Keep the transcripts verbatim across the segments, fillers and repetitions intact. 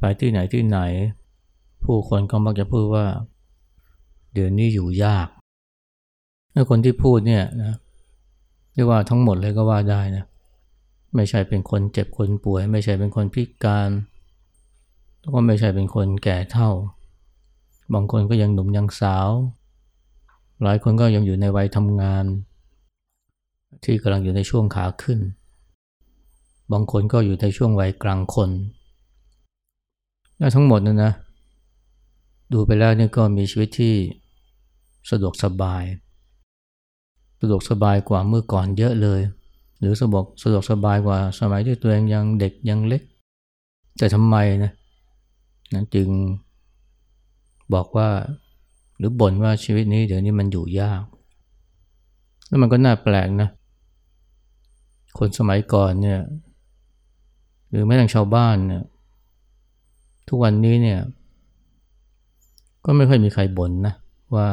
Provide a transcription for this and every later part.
ไปที่ไหนที่ไหนผู้คนก็มักจะพูดว่าเดี๋ยวนี้อยู่ยากถ้าคนที่พูดเนี่ยนะเรียกว่าทั้งหมดเลยก็ว่าได้นะไม่ใช่เป็นคนเจ็บคนป่วยไม่ใช่เป็นคนพิการแล้วก็ไม่ใช่เป็นคนแก่เฒ่าบางคนก็ยังหนุ่มยังสาวหลายคนก็ยังอยู่ในวัยทำงานที่กำลังอยู่ในช่วงขาขึ้นบางคนก็อยู่ในช่วงวัยกลางคนและทั้งหมดนั้นนะดูไปแล้วนี่ก็มีชีวิตที่สะดวกสบายสะดวกสบายกว่าเมื่อก่อนเยอะเลยหรือสะดวกสะดวกสบายกว่าสมัยที่ตัวเองยังเด็กยังเล็กแต่ทำไมนะนะจึงบอกว่าหรือบ่นว่าชีวิตนี้เดี๋ยวนี้มันอยู่ยากแล้วมันก็น่าแปลกนะคนสมัยก่อนเนี่ยหรือแม้แต่ชาวบ้านเนี่ยทุกวันนี้เนี่ยก็ไม่ค่อยมีใครบ่นนะว่า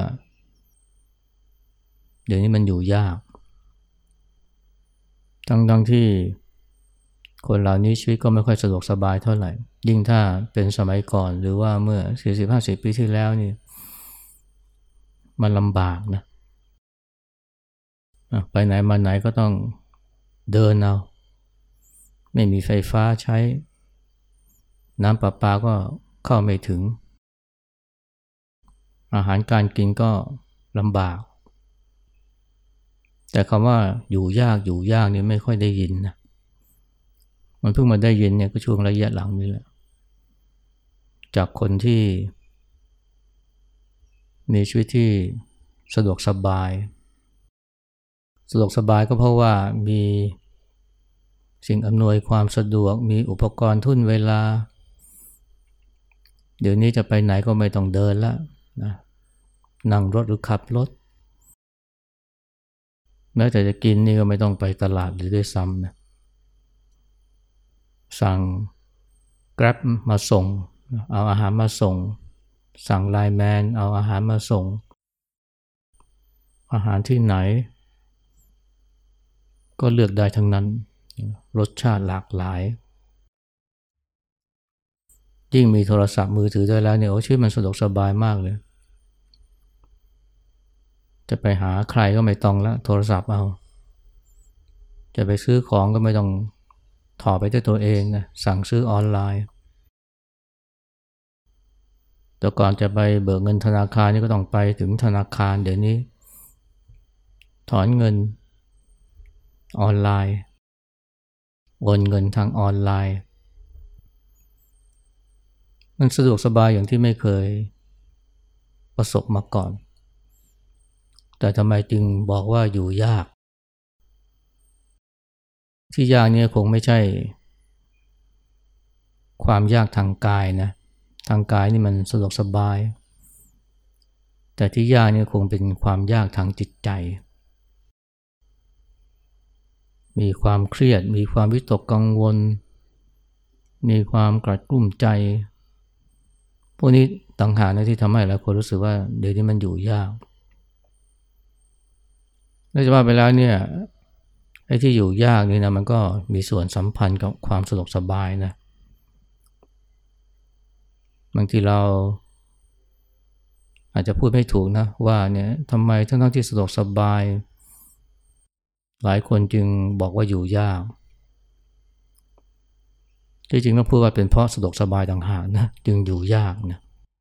เดี๋ยวนี้มันอยู่ยากทั้งๆที่คนเหล่านี้ชีวิตก็ไม่ค่อยสะดวกสบายเท่าไหร่ยิ่งถ้าเป็นสมัยก่อนหรือว่าเมื่อ สี่สิบห้าสิบ ปีที่แล้วนี่มันลำบากนะไปไหนมาไหนก็ต้องเดินเอาไม่มีไฟฟ้าใช้น้ำประปาก็เข้าไม่ถึงอาหารการกินก็ลำบากแต่คำว่าอยู่ยากอยู่ยากนี่ไม่ค่อยได้ยินนะมันเพิ่งมาได้ยินเนี่ยก็ช่วงระยะหลังนี่แหละจากคนที่มีชีวิตที่สะดวกสบายสะดวกสบายก็เพราะว่ามีสิ่งอำนวยความสะดวกมีอุปกรณ์ทุ่นเวลาเดี๋ยวนี้จะไปไหนก็ไม่ต้องเดินแล้วนะนั่งรถหรือขับรถแม้แต่จะกินนี่ก็ไม่ต้องไปตลาดหรือด้วยซ้ำนะสั่ง Grab มาส่งเอาอาหารมาส่งสั่งไลน์แมนเอาอาหารมาส่งอาหารที่ไหนก็เลือกได้ทั้งนั้นรสชาติหลากหลายยิ่งมีโทรศัพท์มือถือด้วยแล้วเนี่ยโอ้ชีวิตมันสะดวกสบายมากเลยจะไปหาใครก็ไม่ต้องละโทรศัพท์เอาจะไปซื้อของก็ไม่ต้องถอไปด้วยตัวเองนะสั่งซื้อออนไลน์แต่ก่อนจะไปเบิกเงินธนาคารนี่ก็ต้องไปถึงธนาคารเดี๋ยวนี้ถอนเงินออนไลน์โอนเงินทางออนไลน์มันสะดวกสบายอย่างที่ไม่เคยประสบมาก่อนแต่ทำไมจึงบอกว่าอยู่ยากที่ยากเนี่ยคงไม่ใช่ความยากทางกายนะทางกายนี่มันสะดวกสบายแต่ที่ยากเนี่ยคงเป็นความยากทางจิตใจมีความเครียดมีความวิตกกังวลมีความกระกลุ้มใจพวกนี้ต่างหากนะที่ทำให้หลายคนรู้สึกว่าเดี๋ยวนี้มันอยู่ยากและจะว่าไปแล้วเนี่ยไอ้ที่อยู่ยากนี่นะมันก็มีส่วนสัมพันธ์กับความสะดวกสบายนะบางทีเราอาจจะพูดไม่ถูกนะว่าเนี่ยทำไมทั้งๆที่สะดวกสบายหลายคนจึงบอกว่าอยู่ยากที่จริงต้องพูดว่าเป็นเพราะสะดวกสบายต่างหากนะจึงอยู่ยากนะ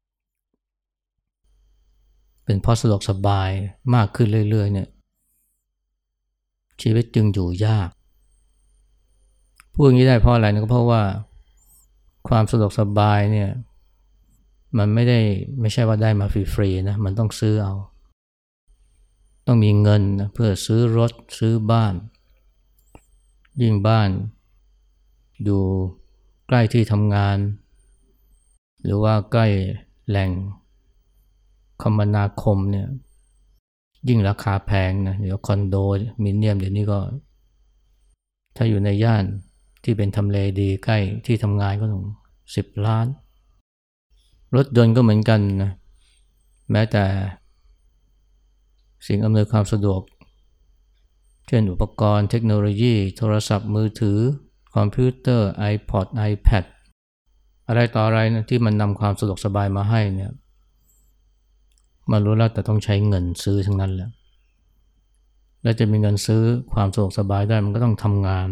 เป็นเพราะสะดวกสบายมากขึ้นเรื่อยๆเนี่ยชีวิตจึงอยู่ยากพูดอย่างนี้ได้เพราะอะไรนะก็เพราะว่าความสะดวกสบายเนี่ยมันไม่ได้ไม่ใช่ว่าได้มาฟรีๆนะมันต้องซื้อเอาต้องมีเงินนะเพื่อซื้อรถซื้อบ้านยิ่งบ้านอยู่ใกล้ที่ทำงานหรือว่าใกล้แหล่งคมนาคมเนี่ยยิ่งราคาแพงนะเดี๋ยวคอนโดมิเนียมเดี๋ยวนี้ก็ถ้าอยู่ในย่านที่เป็นทำเลดีใกล้ที่ทำงานก็ต้องสิบล้านรถยนต์ก็เหมือนกันนะแม้แต่สิ่งอำนวยความสะดวกเช่นอุปกรณ์เทคโนโลยีโทรศัพท์มือถือคอมพิวเตอร์ iPod iPad อะไรต่ออะไรนะที่มันนำความสะดวกสบายมาให้เนี่ยมันรู้แล้วแต่ต้องใช้เงินซื้อทั้งนั้นแหละแล้วจะมีเงินซื้อความสะดวกสบายได้มันก็ต้องทำงาน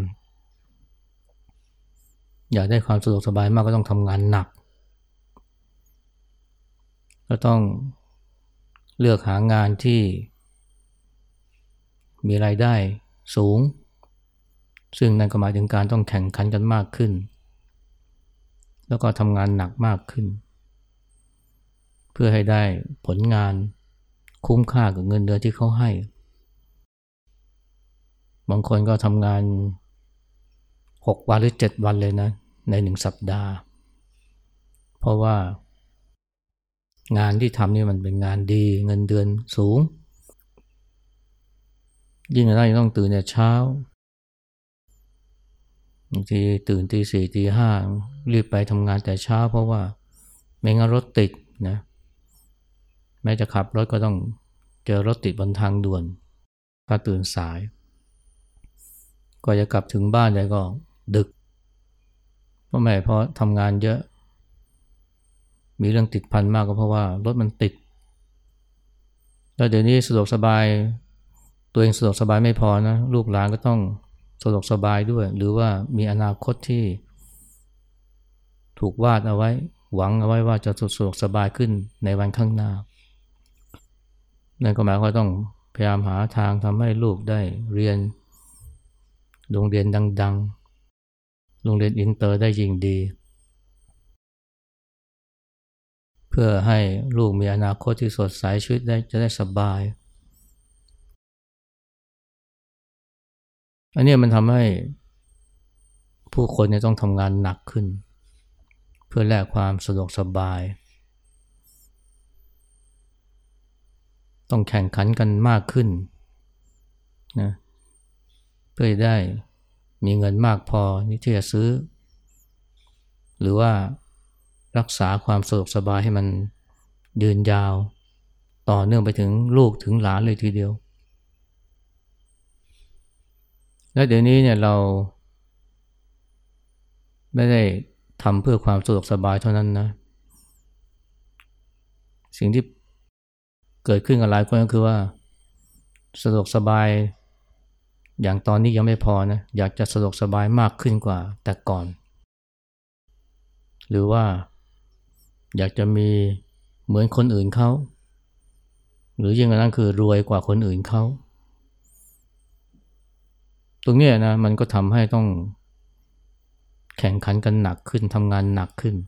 อยากได้ความสะดวกสบายมากก็ต้องทำงานหนักก็ต้องเลือกหางานที่มีรายได้สูงซึ่งนั่นก็หมายถึงการต้องแข่งขันกันมากขึ้นแล้วก็ทำงานหนักมากขึ้นเพื่อให้ได้ผลงานคุ้มค่ากับเงินเดือนที่เขาให้บางคนก็ทำงานหกวันหรือเจ็ดวันเลยนะในหนึ่งสัปดาห์เพราะว่างานที่ทำนี่มันเป็นงานดีเงินเดือนสูงยิ่งเราต้องตื่นแต่เช้าบางทีตื่นตีสี่ตีห้ารีบไปทำงานแต่เช้าเพราะว่าไม่งั้นรถติดนะแม้จะขับรถก็ต้องเจอรถติดบนทางด่วนถ้าตื่นสายก็จะกลับถึงบ้านได้ก็ดึกเพราะไม่เพราะทำงานเยอะมีเรื่องติดพันมากก็เพราะว่ารถมันติดแล้วเดี๋ยวนี้สะดวกสบายตัวเองสะดวกสบายไม่พอนะลูกหลานก็ต้องสะดวกสบายด้วยหรือว่ามีอนาคตที่ถูกวาดเอาไว้หวังเอาไว้ว่าจะสะดวกสบายขึ้นในวันข้างหน้านั่นก็หมายความว่าต้องพยายามหาทางทำให้ลูกได้เรียนโรงเรียนดังๆโรงเรียนอินเตอร์ได้ยิ่งดีเพื่อให้ลูกมีอนาคตที่สดใสชีวิตได้จะได้สบายอันนี้มันทำให้ผู้คนเนี่ยต้องทำงานหนักขึ้นเพื่อแลกความสะดวกสบายต้องแข่งขันกันมากขึ้นนะเพื่อได้มีเงินมากพอที่จะซื้อหรือว่ารักษาความสะดวกสบายให้มันยืนยาวต่อเนื่องไปถึงลูกถึงหลานเลยทีเดียวและเดี๋ยวนี้เนี่ยเราไม่ได้ทำเพื่อความสะดวกสบายเท่านั้นนะสิ่งที่เกิดขึ้นกับหลายคนก็คือว่าสะดวกสบายอย่างตอนนี้ยังไม่พอนะอยากจะสะดวกสบายมากขึ้นกว่าแต่ก่อนหรือว่าอยากจะมีเหมือนคนอื่นเขาหรือยิ่งกว่านั้นคือรวยกว่าคนอื่นเขาตรงนี้นะมันก็ทำให้ต้องแข่งขันกันหนักขึ้นทำงานหนักขึ้น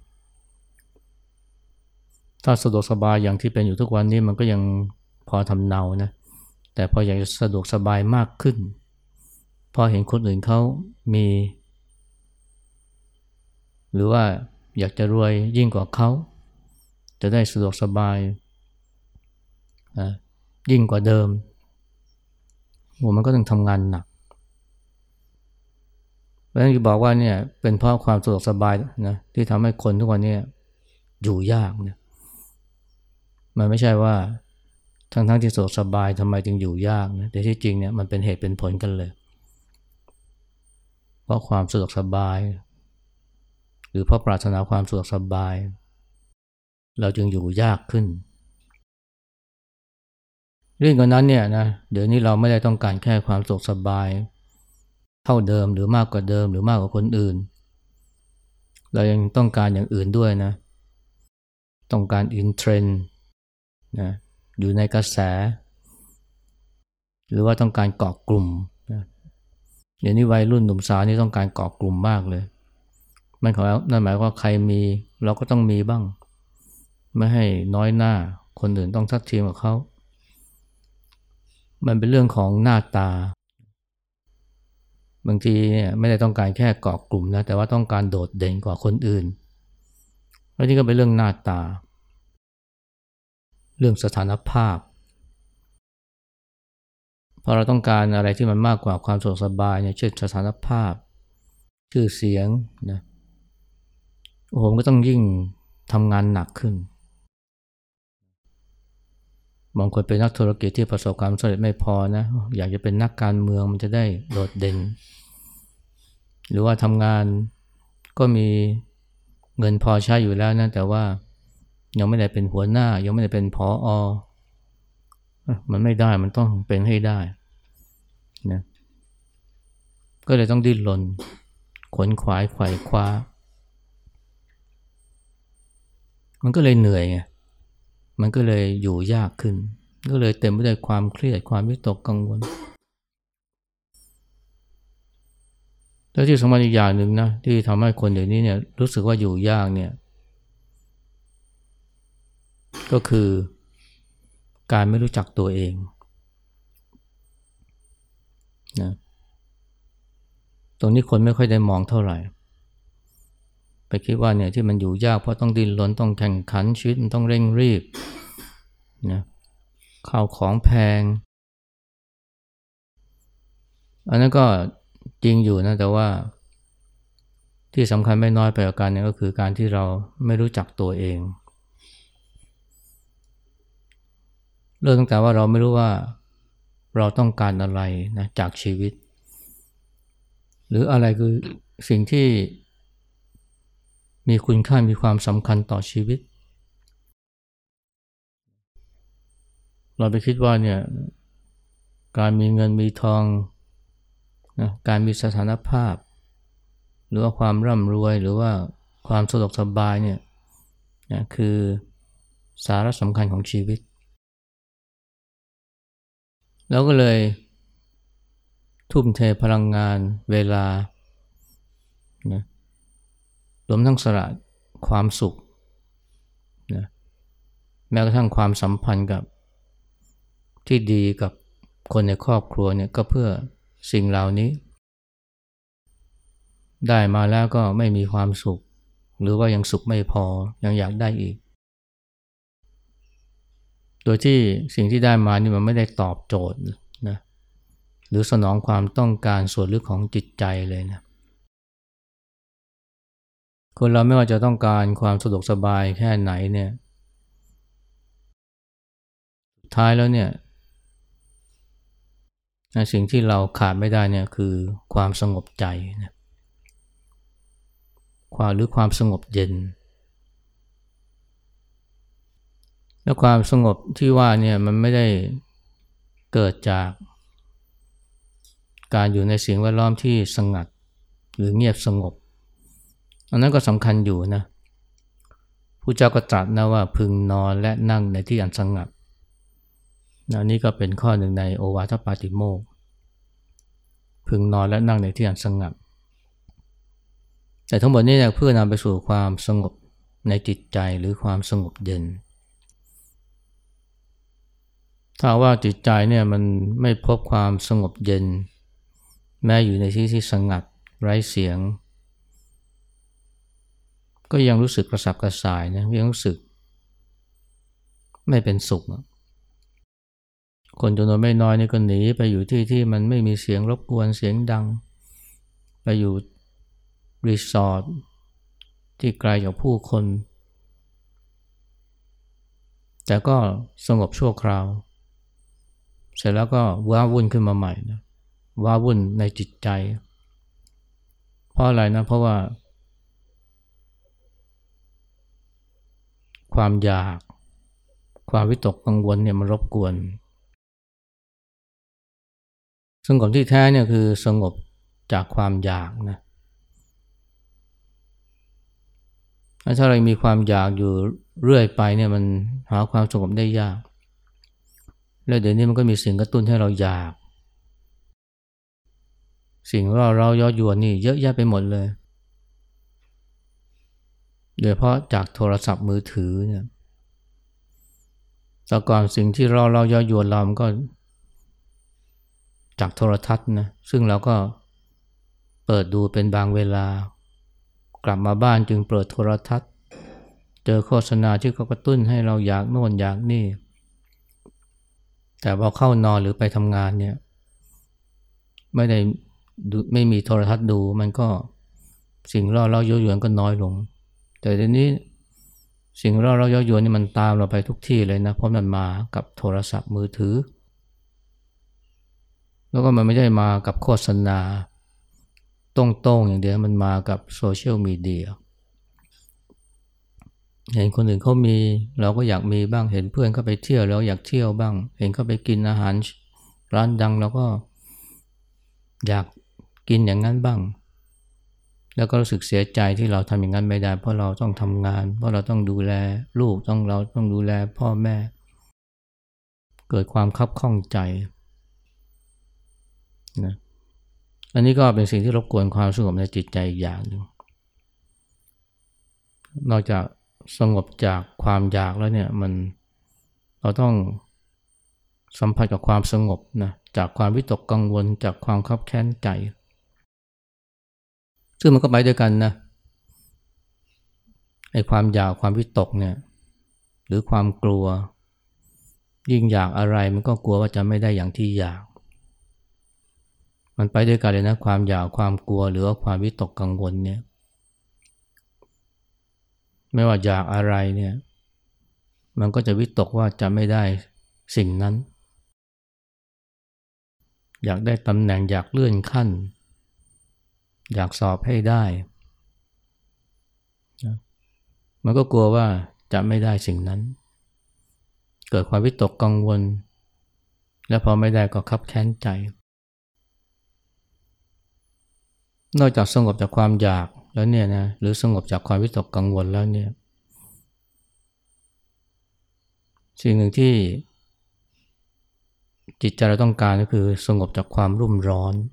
ถ้าสะดวกสบายอย่างที่เป็นอยู่ทุกวันนี้มันก็ยังพอทำเนานะแต่พออยากจะสะดวกสบายมากขึ้นพอเห็นคนอื่นเขามีหรือว่าอยากจะรวยยิ่งกว่าเขาจะได้สะดวกสบายยิ่งกว่าเดิมโหมันก็ต้องทำงานหนักเพราะฉะนั้นที่บอกว่าเนี่ยเป็นเพราะความสะดวกสบายนะที่ทำให้คนทุกวันนี้อยู่ยากเนี่ยมันไม่ใช่ว่าทั้งทั้งที่สะดวกสบายทำไมจึงอยู่ยากนะแต่ที่จริงเนี่ยมันเป็นเหตุเป็นผลกันเลยเพราะความสะดวกสบายหรือเพราะปรารถนาความสะดวกสบายเราจึงอยู่ยากขึ้นเรื่องกว่านั้นเนี่ยนะเดี๋ยวนี้เราไม่ได้ต้องการแค่ความสะดวกสบายเท่าเดิมหรือมากกว่าเดิมหรือมากกว่าคนอื่นเรายังต้องการอย่างอื่นด้วยนะต้องการอินเทรนด์นะอยู่ในกระแสหรือว่าต้องการเกาะกลุ่มนะเดี๋ยวนี้วัยรุ่นหนุ่มสาวนี่ต้องการเกาะกลุ่มมากเลยมันเขานั่นหมายว่าใครมีเราก็ต้องมีบ้างไม่ให้น้อยหน้าคนอื่นต้องทัดเทียมกับเขามันเป็นเรื่องของหน้าตาบางทีเนี่ยไม่ได้ต้องการแค่เกาะกลุ่มนะแต่ว่าต้องการโดดเด่นกว่าคนอื่นแล้วนี่ก็เป็นเรื่องหน้าตาเรื่องสถานภาพพอเราต้องการอะไรที่มันมากกว่าความสะดวกสบายเนี่ยเช่นสถานภาพชื่อเสียงนะโอ้โหก็ต้องยิ่งทำงานหนักขึ้นบางคนเป็นนักธุรกิจที่ประสบความสำเร็จไม่พอนะอยากจะเป็นนักการเมืองมันจะได้โดดเด่นหรือว่าทำงานก็มีเงินพอใช้อยู่แล้วนะแต่ว่ายังไม่ได้เป็นหัวหน้ายังไม่ได้เป็นผออมันไม่ได้มันต้องเป็นให้ได้นะก็เลยต้องดิ้นรนขวนขวายไขว่คว้ามันก็เลยเหนื่อยไงมันก็เลยอยู่ยากขึ้นก็เลยเต็มไปด้วยความเครียดความวิตกกังวลแล้วที่สำคัญอีกอย่างหนึ่งนะที่ทำให้คนเดี๋ยวนี้เนี่ยรู้สึกว่าอยู่ยากเนี่ยก็คือการไม่รู้จักตัวเองนะตรงนี้คนไม่ค่อยได้มองเท่าไหร่ไปคิดว่าเนี่ยที่มันอยู่ยากเพราะต้องดิ้นรนต้องแข่งขันชีวิตมันต้องเร่งรีบนะข้าวของแพงอันนั้นก็จริงอยู่นะแต่ว่าที่สำคัญไม่น้อยไปกว่ากันเนี่ยก็คือการที่เราไม่รู้จักตัวเองเริ่มตั้งแต่ว่าเราไม่รู้ว่าเราต้องการอะไรนะจากชีวิตหรืออะไรคือสิ่งที่มีคุณค่ามีความสำคัญต่อชีวิตเราไปคิดว่าเนี่ยการมีเงินมีทองนะการมีสถานภาพหรือว่าความร่ำรวยหรือว่าความสะดวกสบายเนี่ยนะคือสาระสำคัญของชีวิตแล้วก็เลยทุ่มเทพลังงานเวลานะรวมทั้งสละความสุขนะแม้กระทั่งความสัมพันธ์กับที่ดีกับคนในครอบครัวเนี่ยก็เพื่อสิ่งเหล่านี้ได้มาแล้วก็ไม่มีความสุขหรือว่ายังสุขไม่พอยังอยากได้อีกโดยที่สิ่งที่ได้มานี่มันไม่ได้ตอบโจทย์นะหรือสนองความต้องการส่วนลึกของจิตใจเลยนะคนเราไม่ว่าจะต้องการความสะดวกสบายแค่ไหนเนี่ยสุดท้ายแล้วเนี่ยสิ่งที่เราขาดไม่ได้เนี่ยคือความสงบใจนะความหรือความสงบเย็นและความสงบที่ว่าเนี่ยมันไม่ได้เกิดจากการอยู่ในสิ่งแวดล้อมที่สงัดหรือเงียบสงบอันนั้นก็สำคัญอยู่นะผู้เจ้าก็ตรัสนะว่าพึงนอนและนั่งในที่อันสงัดนะนี่ก็เป็นข้อหนึ่งในโอวาทปาติโมกข์พึงนอนและนั่งในที่อันสงัดแต่ทั้งหมดนี้เนี่ยเพื่อนำไปสู่ความสงบในจิตใจหรือความสงบเย็นถ้าว่าจิตใจเนี่ยมันไม่พบความสงบเย็นแม้อยู่ในที่ที่สงัดไร้เสียงก็ยังรู้สึกกระสับกระส่ายนะยังรู้สึกไม่เป็นสุขคนจำนวนไม่น้อยนี่ก็หนีไปอยู่ที่ที่มันไม่มีเสียงรบกวนเสียงดังไปอยู่รีสอร์ทที่ไกลจากผู้คนแต่ก็สงบชั่วคราวเสร็จแล้วก็ว้าวุ่นขึ้นมาใหม่นะว้าวุ่นในจิตใจเพราะอะไรนะเพราะว่าความอยากความวิตกกังวลเนี่ยมันรบกวนสงบที่แท้เนี่ยคือสงบจากความอยากนะถ้าเรามีความอยากอยู่เรื่อยไปเนี่ยมันหาความสงบได้ยากแล้วเดี๋ยวนี้มันก็มีสิ่งกระตุ้นให้เราอยากสิ่งเราเราย้อนยวนนี่เยอะแยะไปหมดเลยโดยเฉพาะจากโทรศัพท์มือถือเนี่ยแต่ก่อนสิ่งที่เราเราย้อนยวนเรามันก็จากโทรทัศน์นะซึ่งเราก็เปิดดูเป็นบางเวลากลับมาบ้านจึงเปิดโทรทัศน์เจอโฆษณาที่เขากระตุ้นให้เราอยากโน่นอยากนี่แต่พอเข้านอนหรือไปทำงานเนี่ยไม่ได้ไม่มีโทรทัศน์ดูมันก็สิ่งล่อเร้ายั่วยวนก็น้อยลงแต่ทีนี้สิ่งล่อเร้ายั่วยวนนี่มันตามเราไปทุกที่เลยนะเพราะมันมากับโทรศัพท์มือถือแล้วก็มันไม่ได้มากับโฆษณาตรงๆอย่างเดียวมันมากับโซเชียลมีเดียเห็นคนอื่นเขามีเราก็อยากมีบ้างเห็นเพื่อนเขาไปเที่ยวเราอยากเที่ยวบ้างเห็นเขาไปกินอาหารร้านดังเราก็อยากกินอย่างนั้นบ้างแล้วก็รู้สึกเสียใจที่เราทำอย่างนั้นไม่ได้เพราะเราต้องทำงานเพราะเราต้องดูแลลูกต้องเราต้องดูแลพ่อแม่เกิดความคับข้องใจนะอันนี้ก็เป็นสิ่งที่รบกวนความสงบในจิตใจอีกอย่างหนึ่งนอกจากสงบจากความอยากแล้วเนี่ยมันเราต้องสัมผัสกับความสงบนะจากความวิตกกังวลจากความคับแค้นใจซึ่งมันก็ไปด้วยกันนะไอ้ความอยากความวิตกเนี่ยหรือความกลัวยิ่งอยากอะไรมันก็กลัวว่าจะไม่ได้อย่างที่อยากมันไปด้วยกันเลยนะความอยากความกลัวหรือว่าความวิตกกังวลเนี่ยไม่ว่าอยากอะไรเนี่ยมันก็จะวิตกว่าจะไม่ได้สิ่งนั้นอยากได้ตำแหน่งอยากเลื่อนขั้นอยากสอบให้ได้นะมันก็กลัวว่าจะไม่ได้สิ่งนั้นเกิดความวิตกกังวลและพอไม่ได้ก็คับแค้นใจนอกจากสงบจากความอยากแล้วเนี่ยนะหรือสงบจากความวิตกกังวลแล้วเนี่ยสิ่งหนึ่งที่จิตใจเราต้องการก็คือสงบจากความรุ่มร้อน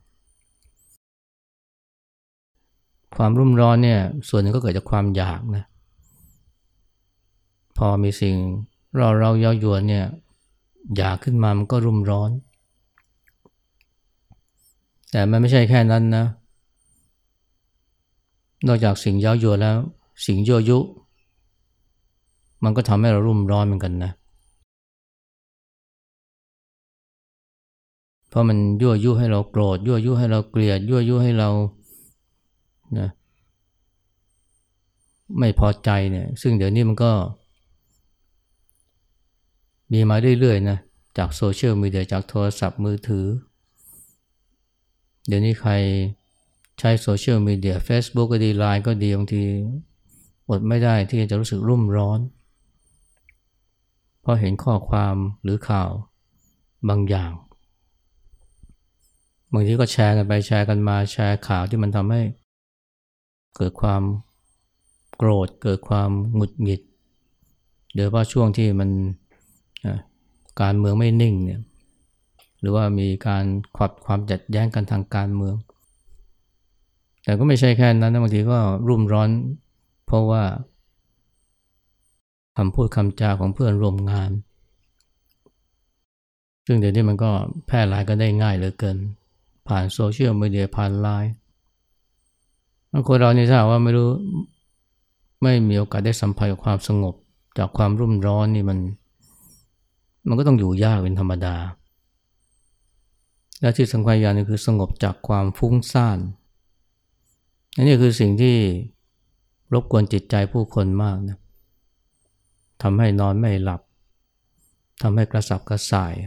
ความรุ่มร้อนเนี่ยส่วนหนึ่งก็เกิดจากความอยากนะพอมีสิ่งเราเราเย้ายวนเนี่ยอยากขึ้นมามันก็รุ่มร้อนแต่มันไม่ใช่แค่นั้นนะนอกจากสิ่งเย้ายวนแล้วสิ่งยั่วยุมันก็ทำให้เรารุ่มร้อนเหมือนกันนะเพราะมันยั่วยุให้เราโกรธยั่วยุให้เราเกลียดยั่วยุให้เรานะไม่พอใจเนี่ยซึ่งเดี๋ยวนี้มันก็มีมาเรื่อยๆนะจากโซเชียลมีเดียจากโทรศัพท์มือถือเดี๋ยวนี้ใครใช้โซเชียลมีเดีย Facebook ก็ดี ไลน์ ก็ดีบางทีอดไม่ได้ที่จะรู้สึกรุ่มร้อนเพราะเห็นข้อความหรือข่าวบางอย่างบางทีก็แชร์กันไปแชร์กันมาแชร์ข่าวที่มันทำให้เกิดความโกรธเกิดความหงุดหงิดโดยเฉพาะช่วงที่มันการเมืองไม่นิ่งเนี่ยหรือว่ามีการขัดความขัดแย้งกันทางการเมืองแต่ก็ไม่ใช่แค่นั้นนะบางทีก็รุ่มร้อนเพราะว่าคำพูดคำจาของเพื่อนร่วมงานซึ่งเดี๋ยวนี้มันก็แพร่หลายกันได้ง่ายเหลือเกินผ่านโซเชียลมีเดียผ่านไลน์บางคนเรานี่ถ้าว่าไม่รู้ไม่มีโอกาสได้สัมผัสกับความสงบจากความรุ่มร้อนนี่มันมันก็ต้องอยู่ยากเป็นธรรมดาและที่สำคัญอย่างนึงคือสงบจากความฟุ้งซ่านอันนี้คือสิ่งที่รบกวนจิตใจผู้คนมากนะทำให้นอนไม่หลับทำให้กระสับกระส่าย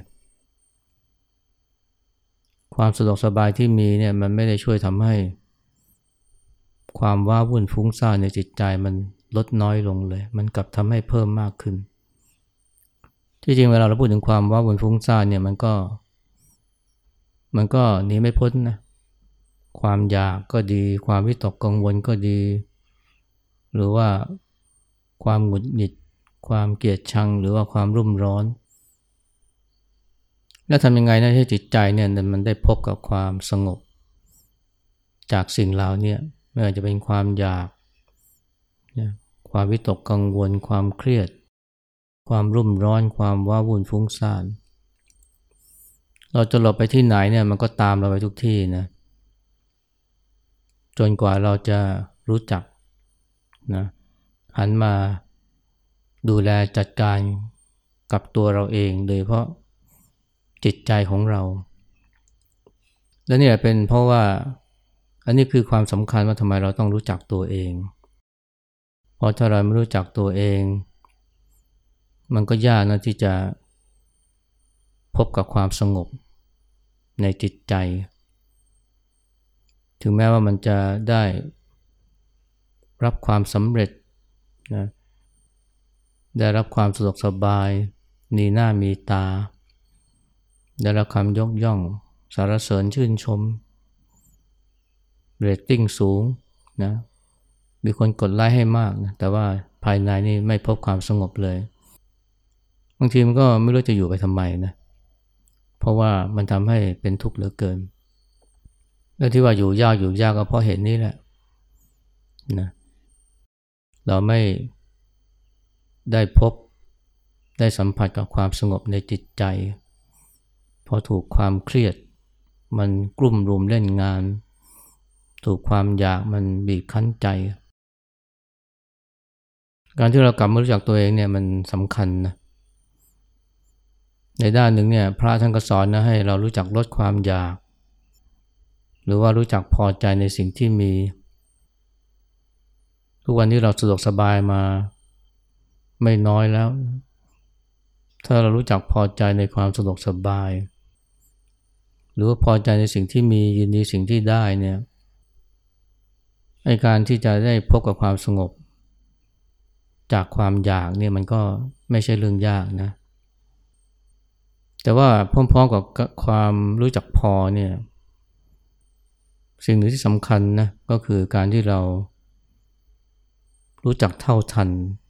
ความสะดวกสบายที่มีเนี่ยมันไม่ได้ช่วยทำให้ความว้าวุ่นฟุ้งซ่านในจิตใจมันลดน้อยลงเลยมันกลับทำให้เพิ่มมากขึ้นที่จริงเวลาเราพูดถึงความว้าวุ่นฟุ้งซ่านเนี่ยมันก็มันก็หนีไม่พ้นนะความอยากก็ดีความวิตกกังวลก็ดีหรือว่าความหงุดหงิดความเกลียดชังหรือว่าความรุ่มร้อนแล้วทำยังไงนะให้จิตใจเนี่ยมันได้พบกับความสงบจากสิ่งเหล่านี้ไม่ว่าจะเป็นความอยากความวิตกกังวลความเครียดความรุ่มร้อนความว้าวุ่นฟุ้งซ่านเราจะหลบไปที่ไหนเนี่ยมันก็ตามเราไปทุกที่นะจนกว่าเราจะรู้จักนะหันมาดูแลจัดการกับตัวเราเองโดยเพราะจิตใจของเราและนี่แหละเป็นเพราะว่าอันนี้คือความสำคัญว่าทำไมเราต้องรู้จักตัวเองเพราะถ้าเราไม่รู้จักตัวเองมันก็ยากนะที่จะพบกับความสงบในจิตใจถึงแม้ว่ามันจะได้รับความสำเร็จนะได้รับความสะดวกสบายมีหน้ามีตาได้รับคำยกย่องสรรเสริญชื่นชมเรตติ้งสูงนะมีคนกดไลค์ให้มากนะแต่ว่าภายในนี่ไม่พบความสงบเลยบางทีมันก็ไม่รู้จะอยู่ไปทำไมนะเพราะว่ามันทำให้เป็นทุกข์เหลือเกินและที่ว่าอยู่ยากอยู่ยากก็เพราะเหตุนี้แหละนะเราไม่ได้พบได้สัมผัสกับความสงบในจิตใจเพราะถูกความเครียดมันกลุ่มรุมเล่นงานถูกความอยากมันบีบคั้นใจการที่เรากลับมารู้จักตัวเองเนี่ยมันสำคัญนะในด้านหนึ่งเนี่ยพระท่านก็สอนนะให้เรารู้จักลดความอยากหรือว่ารู้จักพอใจในสิ่งที่มีทุกวันที่เราสะดวกสบายมาไม่น้อยแล้วถ้าเรารู้จักพอใจในความสะดวกสบายหรือว่าพอใจในสิ่งที่มียินดีสิ่งที่ได้เนี่ยในการที่จะได้พบกับความสงบจากความอยากเนี่ยมันก็ไม่ใช่เรื่องยากนะแต่ว่าพร้อมๆกับความรู้จักพอเนี่ยสิ่งหนึ่งที่สำคัญนะก็คือการที่เรารู้จักเท่าทัน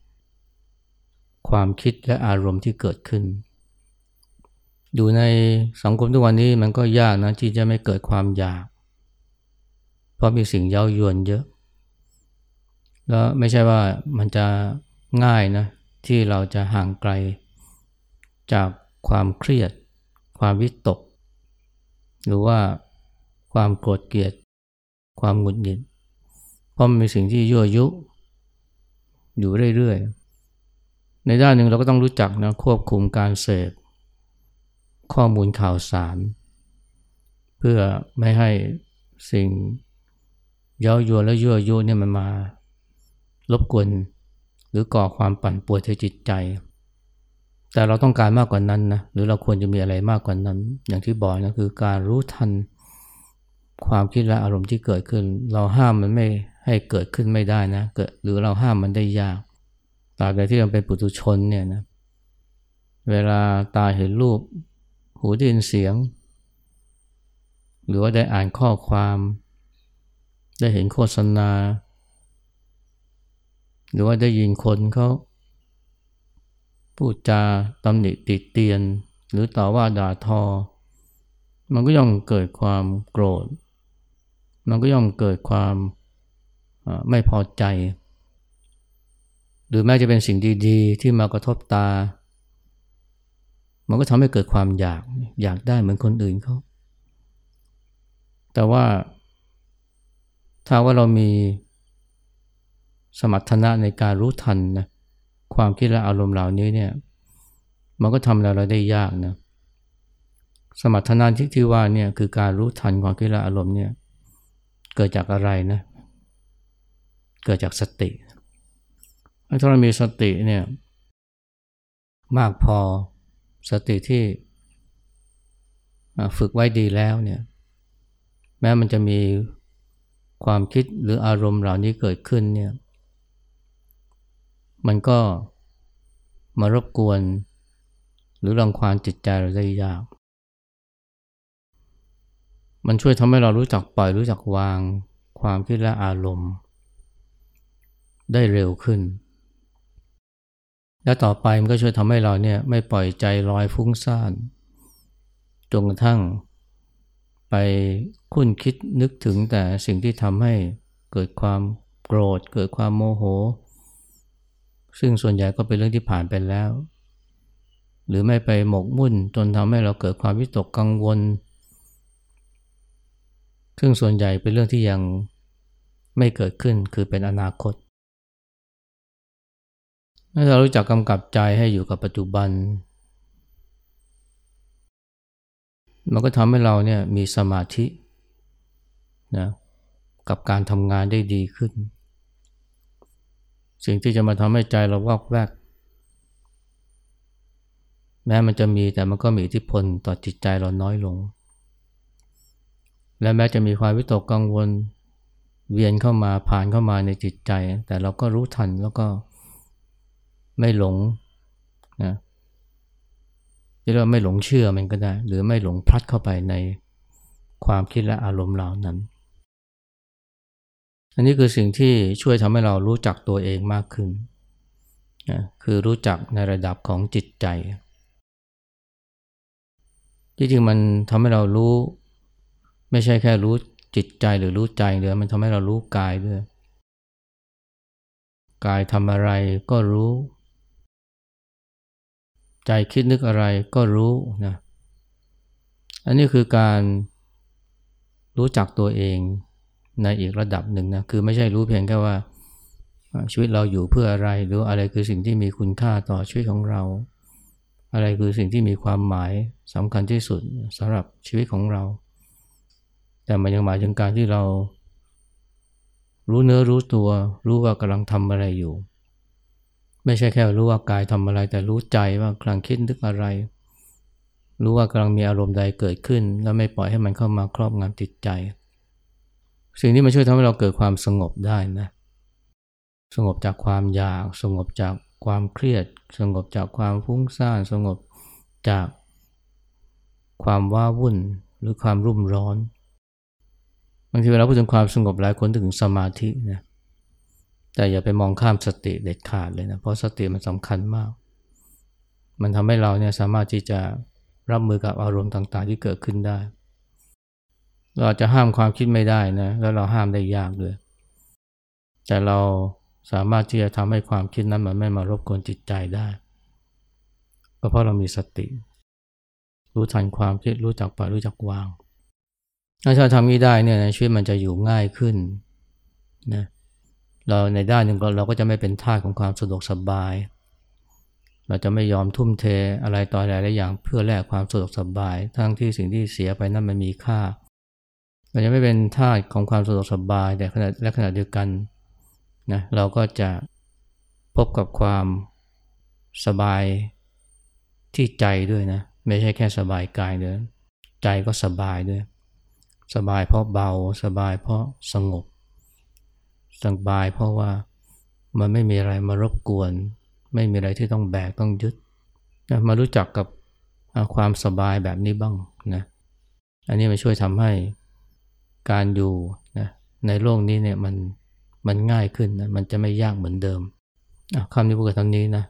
ความคิดและอารมณ์ที่เกิดขึ้นอยู่ในสังคมทุกวันนี้มันก็ยากนะที่จะไม่เกิดความอยากเพราะมีสิ่งเย้ายวนเยอะแล้วไม่ใช่ว่ามันจะง่ายนะที่เราจะห่างไกลจากความเครียดความวิตกหรือว่าความโกรธเกลียดความหงุดหงิดเพราะมันมีสิ่งที่ยั่วยุอยู่เรื่อยๆในด้านหนึ่งเราก็ต้องรู้จักนะควบคุมการเสพข้อมูลข่าวสารเพื่อไม่ให้สิ่งเย้ายวนและยั่วยุเนี่ยมันมารบกวนหรือก่อความปั่นป่วนในจิตใจแต่เราต้องการมากกว่านั้นนะหรือเราควรจะมีอะไรมากกว่านั้นอย่างที่บอกนะคือการรู้ทันความคิดและอารมณ์ที่เกิดขึ้นเราห้ามมันไม่ให้เกิดขึ้นไม่ได้นะเกิดหรือเราห้ามมันได้ยากตราบใดที่เราเป็นปุถุชนเนี่ยนะเวลาตาเห็นรูปหูได้ยินเสียงหรือว่าได้อ่านข้อความได้เห็นโฆษณาหรือว่าได้ยินคนเขาพูดจาตำหนิติเตียนหรือต่อว่าด่าทอมันก็ย่อมเกิดความโกรธมันก็ย่อมเกิดความไม่พอใจหรือแม้จะเป็นสิ่งดีๆที่มากระทบตามันก็ทำให้เกิดความอยากอยากได้เหมือนคนอื่นเขาแต่ว่าถ้าว่าเรามีสมรรถนะในการรู้ทันนะความคิดและอารมณ์เหล่านี้เนี่ยมันก็ทำเราได้ยากนะสมรรถนะที่ที่ว่าเนี่ยคือการรู้ทันความคิดและอารมณ์เนี่ยเกิดจากอะไรนะเกิดจากสติถ้าเรามีสติเนี่ยมากพอสติที่ฝึกไว้ดีแล้วเนี่ยแม้มันจะมีความคิดหรืออารมณ์เหล่านี้เกิดขึ้นเนี่ยมันก็มารบกวนหรือรังควานจิตใจเราได้ยากมันช่วยทำให้เรารู้จักปล่อยรู้จักวางความคิดและอารมณ์ได้เร็วขึ้นและต่อไปมันก็ช่วยทำให้เราเนี่ยไม่ปล่อยใจลอยฟุ้งซ่านจนกระทั่งไปคุ้นคิดนึกถึงแต่สิ่งที่ทำให้เกิดความโกรธเกิดความโมโหซึ่งส่วนใหญ่ก็เป็นเรื่องที่ผ่านไปแล้วหรือไม่ไปหมกมุ่นจนทำให้เราเกิดความวิตกกังวลซึ่งส่วนใหญ่เป็นเรื่องที่ยังไม่เกิดขึ้นคือเป็นอนาคตถ้าเรารู้จักกำกับใจให้อยู่กับปัจจุบันมันก็ทำให้เราเนี่ยมีสมาธินะกับการทำงานได้ดีขึ้นสิ่งที่จะมาทำให้ใจเราวอกแวกแม้มันจะมีแต่มันก็มีอิทธิพลต่อจิตใจเราน้อยลงและแม้จะมีความวิตกกังวลเวียนเข้ามาผ่านเข้ามาในจิตใจแต่เราก็รู้ทันแล้วก็ไม่หลงนะเรียกว่าไม่หลงเชื่อมันก็ได้หรือไม่หลงพลัดเข้าไปในความคิดและอารมณ์เหล่านั้นอันนี้คือสิ่งที่ช่วยทำให้เรารู้จักตัวเองมากขึ้นนะคือรู้จักในระดับของจิตใจที่จริงมันทำให้เรารู้ไม่ใช่แค่รู้จิตใจหรือรู้ใจเดียวมันทำให้เรารู้กายด้วยกายทำอะไรก็รู้ใจคิดนึกอะไรก็รู้นะอันนี้คือการรู้จักตัวเองในอีกระดับหนึ่งนะคือไม่ใช่รู้เพียงแค่ว่าชีวิตเราอยู่เพื่ออะไรหรืออะไรคือสิ่งที่มีคุณค่าต่อชีวิตของเราอะไรคือสิ่งที่มีความหมายสำคัญที่สุดสำหรับชีวิตของเราแต่มันยังหมายถึงการที่เรารู้เนื้อรู้ตัวรู้ว่ากำลังทำอะไรอยู่ไม่ใช่แค่รู้ว่ากายทำอะไรแต่รู้ใจว่ากำลังคิดนึกอะไรรู้ว่ากำลังมีอารมณ์ใดเกิดขึ้นแล้วไม่ปล่อยให้มันเข้ามาครอบงำจิตใจสิ่งที่มันช่วยทำให้เราเกิดความสงบได้นะสงบจากความอยากสงบจากความเครียดสงบจากความฟุ้งซ่านสงบจากความว้าวุ่นหรือความรุ่มร้อนบางทีเวลาพูดถึงความสงบหลายคนถึงสมาธินะแต่อย่าไปมองข้ามสติเด็ดขาดเลยนะเพราะสติมันสำคัญมากมันทำให้เราเนี่ยสามารถที่จะรับมือกับอารมณ์ต่างๆที่เกิดขึ้นได้เราอาจจะห้ามความคิดไม่ได้นะแล้วเราห้ามได้ยากด้วยแต่เราสามารถที่จะทำให้ความคิดนั้นมันไม่มารบกวนจิตใจได้ก็เพราะเรามีสติรู้ทันความคิดรู้จักปล่อยรู้จักวางถ้าเราทำนี้ได้เนี่ยชีวิตมันจะอยู่ง่ายขึ้นนะเราในด้านหนึ่งเราก็จะไม่เป็นทาสของความสะดวกสบายเราจะไม่ยอมทุ่มเทอะไรต่ออะไรหลายอย่างเพื่อแลกความสะดวกสบายทั้งที่สิ่งที่เสียไปนั้นมันมีค่าเราจะไม่เป็นทาสของความสะดวกสบายแต่ขณะและขณะเดียวกันนะเราก็จะพบกับความสบายที่ใจด้วยนะไม่ใช่แค่สบายกายเลยใจก็สบายด้วยสบายเพราะเบาสบายเพราะสงบสบายเพราะว่ามันไม่มีอะไรมารบกวนไม่มีอะไรที่ต้องแบกต้องยึดนะมารู้จักกับความสบายแบบนี้บ้างนะอันนี้มันช่วยทำให้การอยู่นะในโลกนี้เนี่ยมันมันง่ายขึ้นนะมันจะไม่ยากเหมือนเดิมคำนี้พูดกันเท่านี้นะ